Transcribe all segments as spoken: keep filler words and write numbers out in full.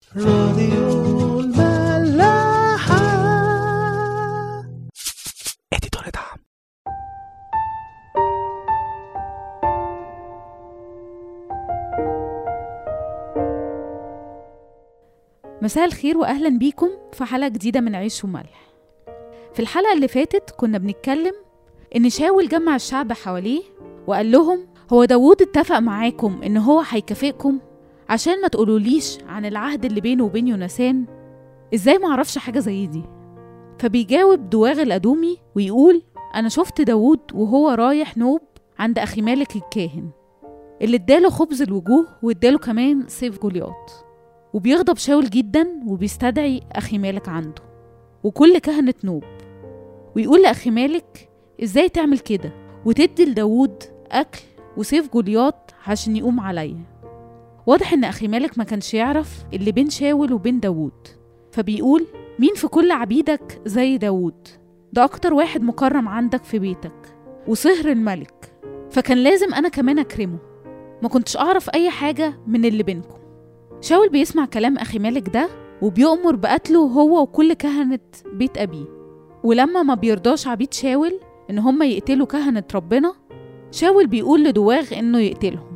راديو الملاحة. اديتور دعم. مساء الخير وأهلا بيكم في حلقة جديدة من عيش وملح. في الحلقة اللي فاتت كنا بنتكلم إن شاول جمع الشعب حواليه وقال لهم هو داوود اتفق معاكم إن هو هيكافئكم عشان ما تقولوليش عن العهد اللي بينه وبين يونسان؟ إزاي ما عرفش حاجة زي دي؟ فبيجاوب دواغ الأدومي ويقول أنا شفت داوود وهو رايح نوب عند أخي مالك الكاهن اللي اداله خبز الوجوه واداله كمان سيف جولياط، وبيغضب شاول جدا وبيستدعي أخي مالك عنده وكل كهنة نوب ويقول لأخي مالك إزاي تعمل كده وتدي لداود أكل وسيف جولياط عشان يقوم عليا. واضح إن أخي مالك ما كانش يعرف اللي بين شاول وبين داود، فبيقول مين في كل عبيدك زي داود؟ ده أكتر واحد مكرم عندك في بيتك وصهر الملك، فكان لازم أنا كمان أكرمه. ما كنتش أعرف أي حاجة من اللي بينكم. شاول بيسمع كلام أخي مالك ده وبيؤمر بقتله هو وكل كهنة بيت أبيه، ولما ما بيرضاش عبيد شاول إن هم يقتلوا كهنة ربنا، شاول بيقول لدواغ إنه يقتلهم،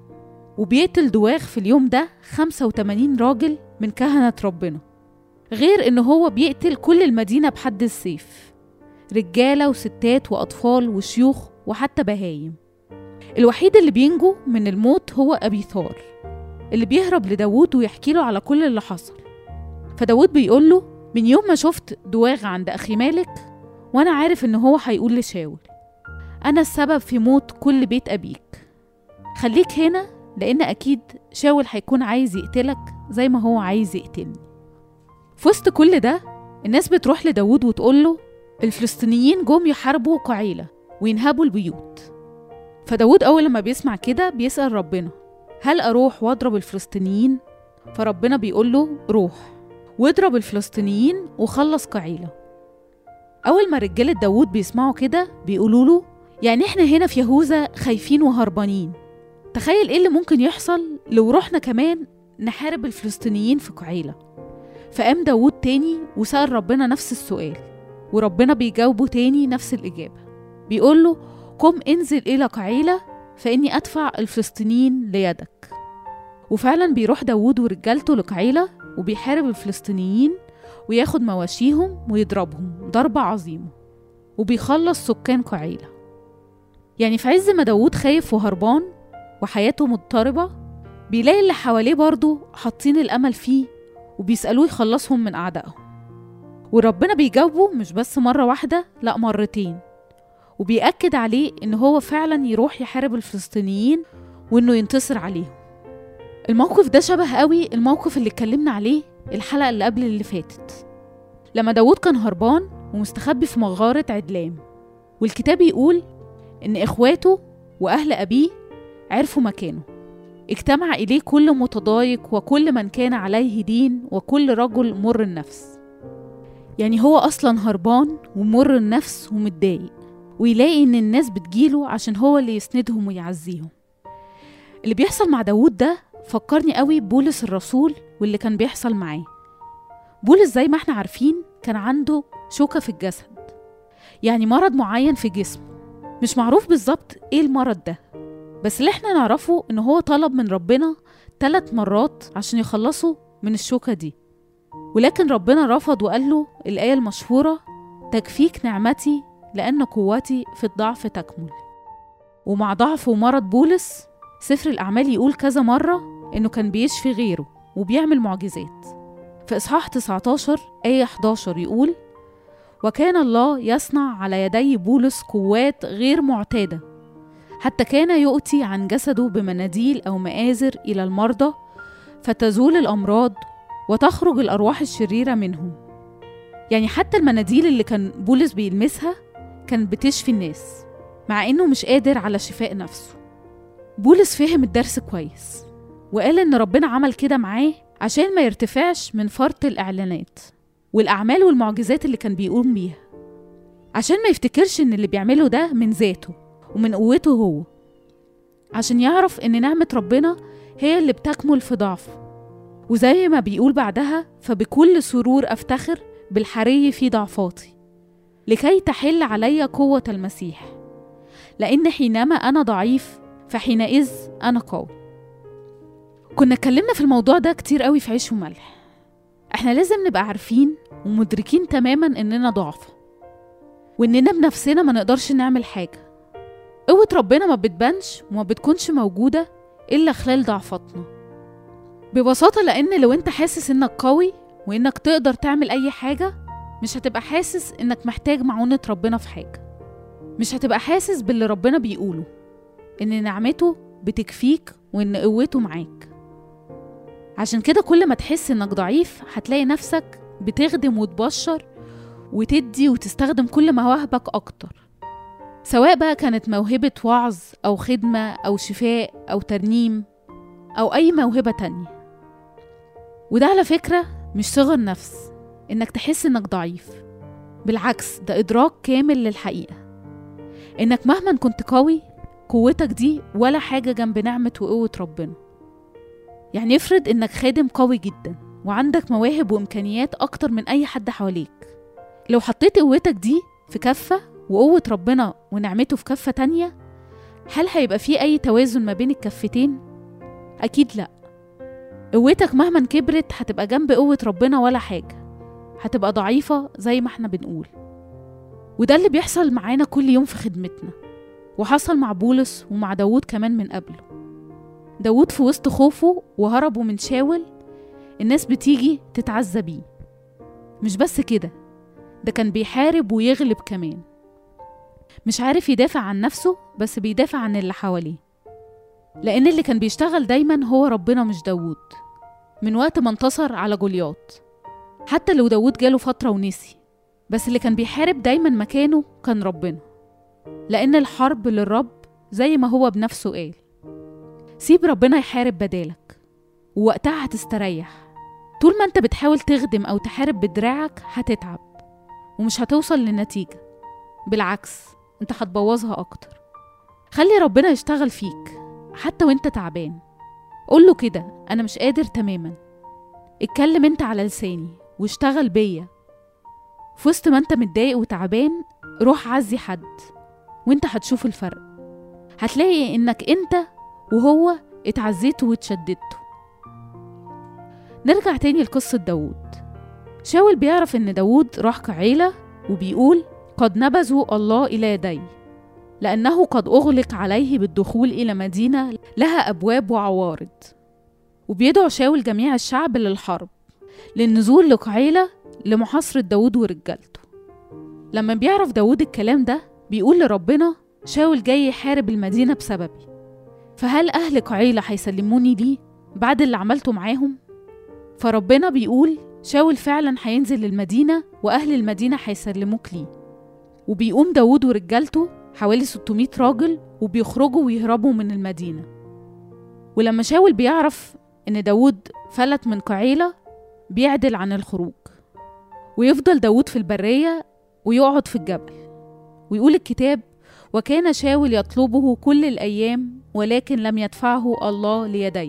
وبيقتل دواغ في اليوم ده خمسة وثمانين راجل من كهنة ربنا، غير إنه هو بيقتل كل المدينة بحد السيف، رجالة وستات وأطفال وشيوخ وحتى بهايم. الوحيد اللي بينجو من الموت هو أبيثار اللي بيهرب لداود ويحكي له على كل اللي حصل. فداود بيقول له من يوم ما شفت دواغ عند أخي مالك وأنا عارف إنه هو هيقول لشاول أنا السبب في موت كل بيت أبيك، خليك هنا لأن أكيد شاول هيكون عايز يقتلك زي ما هو عايز يقتلني. في وسط كل ده الناس بتروح لداود وتقول له الفلسطينيين جم يحاربوا قعيلة وينهبوا البيوت. فداود أول لما بيسمع كده بيسأل ربنا هل أروح واضرب الفلسطينيين؟ فربنا بيقول له روح واضرب الفلسطينيين وخلص قعيلة. أول ما رجالة داود بيسمعوا كده بيقولوا له يعني إحنا هنا في يهوذا خايفين وهربانين، تخيل إيه اللي ممكن يحصل لو رحنا كمان نحارب الفلسطينيين في قعيلة. فقام داود تاني وسأل ربنا نفس السؤال، وربنا بيجاوبه تاني نفس الإجابة، بيقول له قم انزل إلى قعيلة فإني أدفع الفلسطينيين ليدك. وفعلا بيروح داود ورجالته لقعيلة وبيحارب الفلسطينيين وياخد مواشيهم ويضربهم ضربة عظيمة وبيخلص سكان قعيلة. يعني في عز ما داود خايف وهربان وحياته مضطربة، بيلاقي اللي حواليه برضو حاطين الأمل فيه وبيسألوه يخلصهم من أعدائهم، وربنا بيجاوبه مش بس مرة واحدة، لأ مرتين، وبيأكد عليه إنه هو فعلا يروح يحارب الفلسطينيين وإنه ينتصر عليهم. الموقف ده شبه قوي الموقف اللي اتكلمنا عليه الحلقة اللي قبل اللي فاتت، لما داود كان هربان ومستخبي في مغارة عدلام، والكتاب يقول إن إخواته وأهل أبيه عرفوا مكانه، اجتمع إليه كل متضايق وكل من كان عليه دين وكل رجل مر النفس. يعني هو أصلا هربان ومر النفس ومتضايق، ويلاقي إن الناس بتجيله عشان هو اللي يسندهم ويعزيهم. اللي بيحصل مع داود ده فكرني قوي ببولس الرسول واللي كان بيحصل معاه. بولس زي ما احنا عارفين كان عنده شوكة في الجسد، يعني مرض معين في جسمه، مش معروف بالظبط ايه المرض ده، بس اللي احنا نعرفه انه هو طلب من ربنا ثلاث مرات عشان يخلصه من الشوكة دي، ولكن ربنا رفض وقال له الآية المشهورة تكفيك نعمتي لأن قوتي في الضعف تكمل. ومع ضعف ومرض بولس سفر الأعمال يقول كذا مرة إنه كان بيشفي غيره وبيعمل معجزات. في إصحاح تسعة عشر آية إحدى عشر يقول وكان الله يصنع على يدي بولس قوات غير معتادة، حتى كان يؤتي عن جسده بمناديل أو مآزر إلى المرضى فتزول الأمراض وتخرج الأرواح الشريرة منهم. يعني حتى المناديل اللي كان بولس بيلمسها كانت بتشفي الناس مع إنه مش قادر على شفاء نفسه. بولس فهم الدرس كويس وقال إن ربنا عمل كده معاه عشان ما يرتفعش من فرط الإعلانات والأعمال والمعجزات اللي كان بيقوم بيها، عشان ما يفتكرش إن اللي بيعمله ده من ذاته ومن قوته هو، عشان يعرف إن نعمة ربنا هي اللي بتكمل في ضعفه، وزي ما بيقول بعدها: فبكل سرور أفتخر بالحري في ضعفاتي لكي تحل علي قوة المسيح، لأن حينما أنا ضعيف فحينئذ أنا قوي. كنا اتكلمنا في الموضوع ده كتير قوي في عيش وملح. احنا لازم نبقى عارفين ومدركين تماما اننا ضعفة، واننا بنفسنا ما نقدرش نعمل حاجة. قوة ربنا ما بتبانش وما بتكونش موجودة إلا خلال ضعفتنا. ببساطة لأن لو انت حاسس انك قوي وانك تقدر تعمل اي حاجة، مش هتبقى حاسس انك محتاج معونة ربنا في حاجة. مش هتبقى حاسس باللي ربنا بيقوله، ان نعمته بتكفيك وان قوته معاك. عشان كده كل ما تحس انك ضعيف هتلاقي نفسك بتخدم وتبشر وتدي وتستخدم كل مواهبك اكتر، سواء بقى كانت موهبة وعظ او خدمة او شفاء او ترنيم او اي موهبة تانية. وده على فكرة مش صغر نفس انك تحس انك ضعيف، بالعكس ده ادراك كامل للحقيقة، انك مهما كنت قوي قوتك دي ولا حاجة جنب نعمة وقوة ربنا. يعني افرض انك خادم قوي جدا وعندك مواهب وامكانيات اكتر من اي حد حواليك، لو حطيت قوتك دي في كفة وقوة ربنا ونعمته في كفة تانية، هل هيبقى فيه اي توازن ما بين الكفتين؟ اكيد لا. قوتك مهما كبرت هتبقى جنب قوة ربنا ولا حاجة، هتبقى ضعيفة زي ما احنا بنقول. وده اللي بيحصل معانا كل يوم في خدمتنا، وحصل مع بولس ومع داود كمان من قبله. داود في وسط خوفه وهربه من شاول الناس بتيجي تتعزى بيه. مش بس كده، ده كان بيحارب ويغلب كمان. مش عارف يدافع عن نفسه بس بيدافع عن اللي حواليه، لأن اللي كان بيشتغل دايما هو ربنا مش داود. من وقت ما انتصر على جولياط، حتى لو داود جاله فترة ونسي، بس اللي كان بيحارب دايما مكانه كان ربنا، لأن الحرب للرب زي ما هو بنفسه قال. سيب ربنا يحارب بدالك ووقتها هتستريح. طول ما انت بتحاول تخدم أو تحارب بدراعك هتتعب ومش هتوصل للنتيجة، بالعكس انت هتبوظها أكتر. خلي ربنا يشتغل فيك حتى وانت تعبان. قوله كده: أنا مش قادر تماما. اتكلم انت على لساني واشتغل بيا. في وسط ما انت متضايق وتعبان روح عزي حد وانت هتشوف الفرق. هتلاقي انك انت وهو اتعزيته واتشددته. نرجع تاني لقصة داود. شاول بيعرف ان داود راح كعيلة وبيقول: قد نبذوا الله إلى يدي، لأنه قد أغلق عليه بالدخول إلى مدينة لها أبواب وعوارض. وبيدعو شاول جميع الشعب للحرب، للنزول لقعيلة لمحاصرة داود ورجالته. لما بيعرف داود الكلام ده بيقول لربنا: شاول جاي يحارب المدينة بسببي، فهل أهل قعيلة هيسلموني ليه بعد اللي عملته معاهم؟ فربنا بيقول: شاول فعلا هينزل المدينة وأهل المدينة هيسلموك ليه. وبيقوم داود ورجالته حوالي ستمائة راجل وبيخرجوا ويهربوا من المدينة. ولما شاول بيعرف إن داود فلت من قعيلة بيعدل عن الخروج، ويفضل داود في البرية ويقعد في الجبل. ويقول الكتاب: وكان شاول يطلبه كل الأيام ولكن لم يدفعه الله ليديه.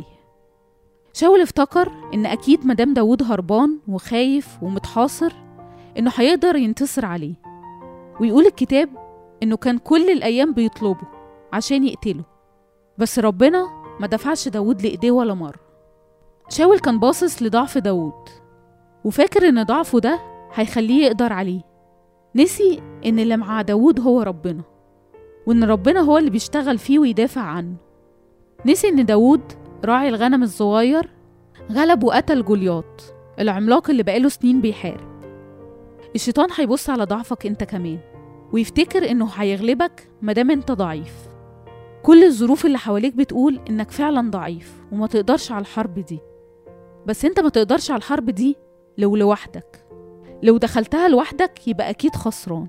شاول افتكر إن أكيد مدام داود هربان وخايف ومتحاصر إنه هيقدر ينتصر عليه. ويقول الكتاب إنه كان كل الأيام بيطلبه عشان يقتله، بس ربنا ما دفعش داود لإيديه ولا مرة. شاول كان باصص لضعف داود وفاكر إن ضعفه ده هيخليه يقدر عليه. نسي إن اللي مع داود هو ربنا، وإن ربنا هو اللي بيشتغل فيه ويدافع عنه. نسي إن داود راعي الغنم الصغير غلب وقتل جولياط العملاق اللي بقاله سنين بيحارب. الشيطان هيبص على ضعفك انت كمان ويفتكر انه هيغلبك مادام انت ضعيف. كل الظروف اللي حواليك بتقول انك فعلا ضعيف وما تقدرش على الحرب دي، بس انت ما تقدرش على الحرب دي لو لوحدك. لو دخلتها لوحدك يبقى اكيد خسران،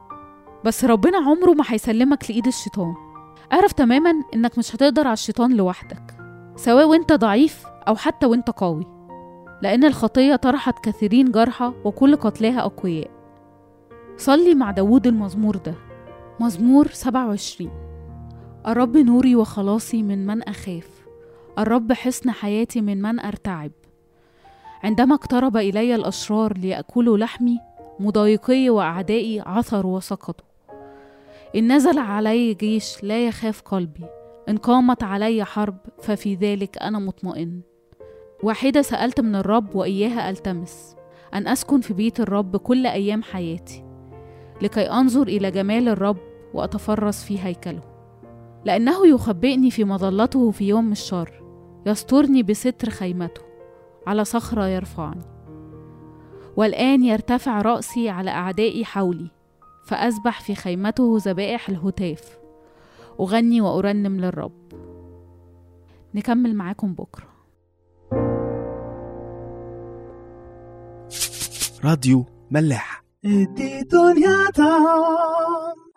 بس ربنا عمره ما هيسلمك لإيد الشيطان. اعرف تماما انك مش هتقدر على الشيطان لوحدك، سواء وانت ضعيف او حتى وانت قوي، لان الخطية طرحت كثيرين جرحى وكل قتلاها اقوياء. صلي مع داود المزمور ده، مزمور سبعة وعشرين: الرب نوري وخلاصي من من أخاف، الرب حصن حياتي من من أرتعب. عندما اقترب إلي الأشرار ليأكلوا لحمي، مضايقي وأعدائي عثروا وسقطوا. إن نزل علي جيش لا يخاف قلبي، إن قامت علي حرب ففي ذلك أنا مطمئن. واحدة سألت من الرب وإياها ألتمس، أن أسكن في بيت الرب كل أيام حياتي، لكي أنظر إلى جمال الرب وأتفرس في هيكله. لأنه يخبئني في مظلته في يوم الشر، يسترني بستر خيمته، على صخرة يرفعني. والآن يرتفع رأسي على أعدائي حولي، فأسبح في خيمته ذبائح الهتاف، أغني وأرنم للرب. نكمل معاكم بكرة. راديو ملاح. ادي دنيا طعم.